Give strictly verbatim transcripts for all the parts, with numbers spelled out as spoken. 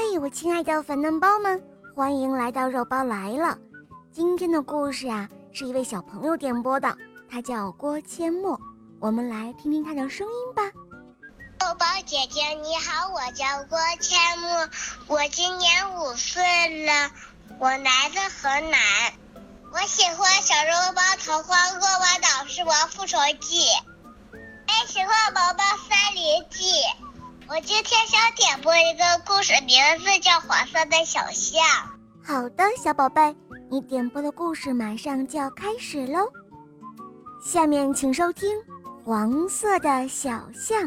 嘿，我亲爱的粉嫩包们，欢迎来到肉包来了。今天的故事啊，是一位小朋友点播的，他叫郭阡陌，我们来听听他的声音吧。 肉包姐姐你好，我叫郭阡陌，我今年五岁了，我来自河南，我喜欢小肉包童话《恶魔岛狮王复仇记》，也喜欢《毛毛森林记》。我今天想点播一个故事，名字叫《黄色的小象》。 好的，小宝贝，你点播的故事马上就要开始喽。下面请收听《黄色的小象》。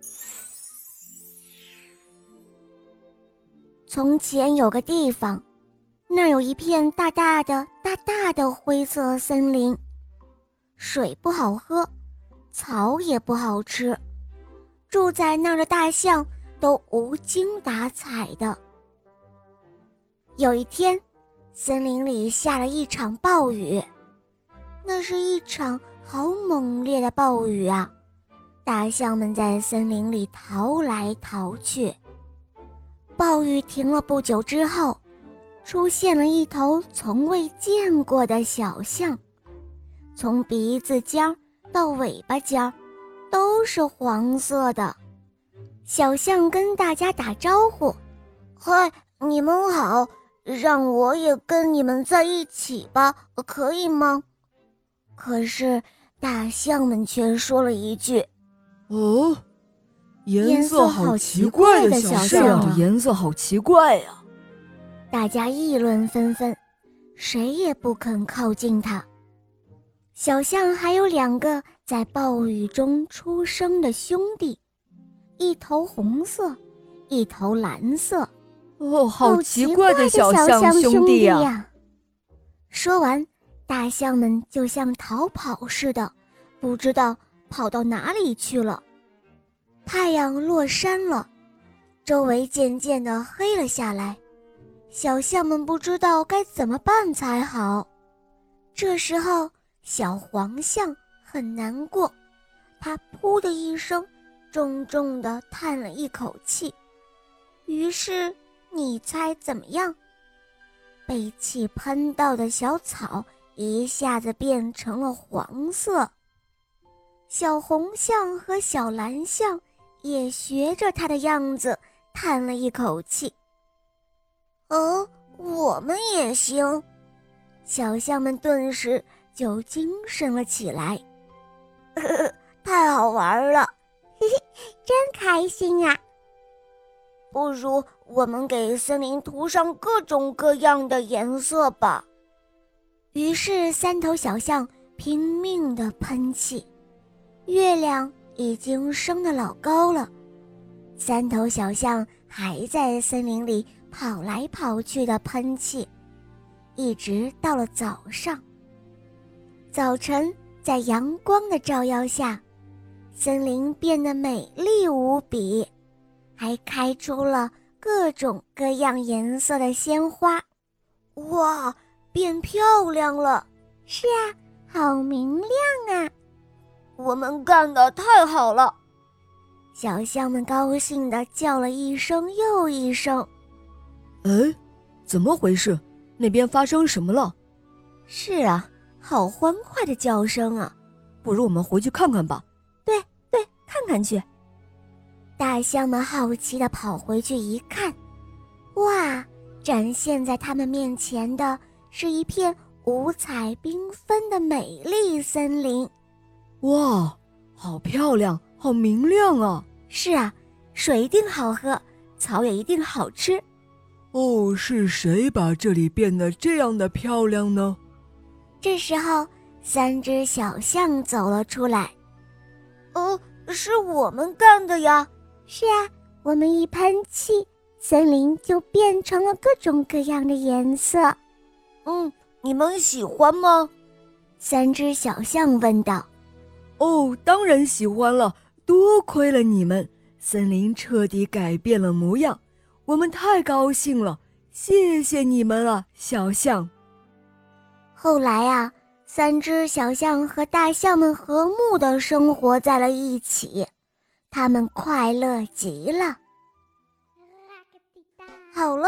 从前有个地方，那儿有一片大大的、大大的灰色森林，水不好喝，草也不好吃。住在那儿的大象都无精打采的。有一天，森林里下了一场暴雨，那是一场好猛烈的暴雨啊！大象们在森林里逃来逃去。暴雨停了不久之后，出现了一头从未见过的小象，从鼻子尖儿到尾巴尖儿都是黄色的。小象跟大家打招呼：嗨，你们好，让我也跟你们在一起吧，可以吗？可是大象们却说了一句： 哦，颜色好奇怪的小象，这颜色好奇怪呀！ 大家议论纷纷，谁也不肯靠近它。小象还有两个在暴雨中出生的兄弟，一头红色，一头蓝色。 哦，好奇怪的小象兄弟呀、啊！ 说完，大象们就像逃跑似的，不知道跑到哪里去了。太阳落山了，周围渐渐地黑了下来，小象们不知道该怎么办才好。这时候，小黄象很难过，它噗的一声重重地叹了一口气。于是你猜怎么样？被气喷到的小草一下子变成了黄色。小红象和小蓝象也学着它的样子叹了一口气。哦，我们也行。小象们顿时就精神了起来。呵呵，太好玩了，嘿嘿，真开心啊！不如我们给森林涂上各种各样的颜色吧。于是三头小象拼命地喷气，月亮已经升得老高了，三头小象还在森林里跑来跑去的喷气，一直到了早上。早晨，在阳光的照耀下，森林变得美丽无比，还开出了各种各样颜色的鲜花。哇，变漂亮了！是啊，好明亮啊！我们干得太好了！小象们高兴地叫了一声又一声。 哎，怎么回事？那边发生什么了？ 是啊，好欢快的叫声啊！ 不如我们回去看看吧。 对对，看看去。大象们好奇地跑回去一看，哇，展现在他们面前的是一片五彩缤纷的美丽森林。 哇，好漂亮，好明亮啊！ 是啊，水一定好喝，草也一定好吃。 哦，是谁把这里变得这样的漂亮呢？ 这时候，三只小象走了出来。哦，是我们干的呀！是啊，我们一喷气，森林就变成了各种各样的颜色。嗯，你们喜欢吗？三只小象问道。 哦，当然喜欢了，多亏了你们，森林彻底改变了模样，我们太高兴了，谢谢你们啊，小象。 后来啊，三只小象和大象们和睦地生活在了一起，他们快乐极了。好了。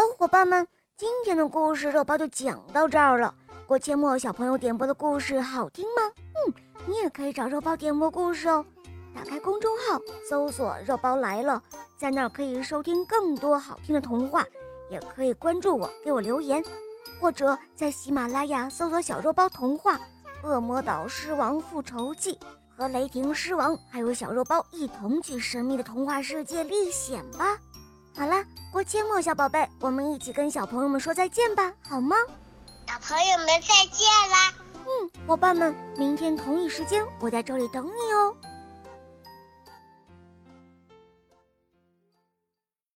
伙伴们，今天的故事肉包就讲到这儿了。郭阡陌小朋友点播的故事好听吗？嗯，你也可以找肉包点播故事哦。打开公众号，搜索肉包来了，在那儿可以收听更多好听的童话，也可以关注我，给我留言，或者在喜马拉雅搜索小肉包童话、恶魔岛狮王复仇记和雷霆狮王，还有小肉包一同去神秘的童话世界历险吧。好啦，郭阡陌小宝贝，我们一起跟小朋友们说再见吧，好吗？ 小朋友们再见啦！ 嗯，伙伴们，明天同一时间我在这里等你哦。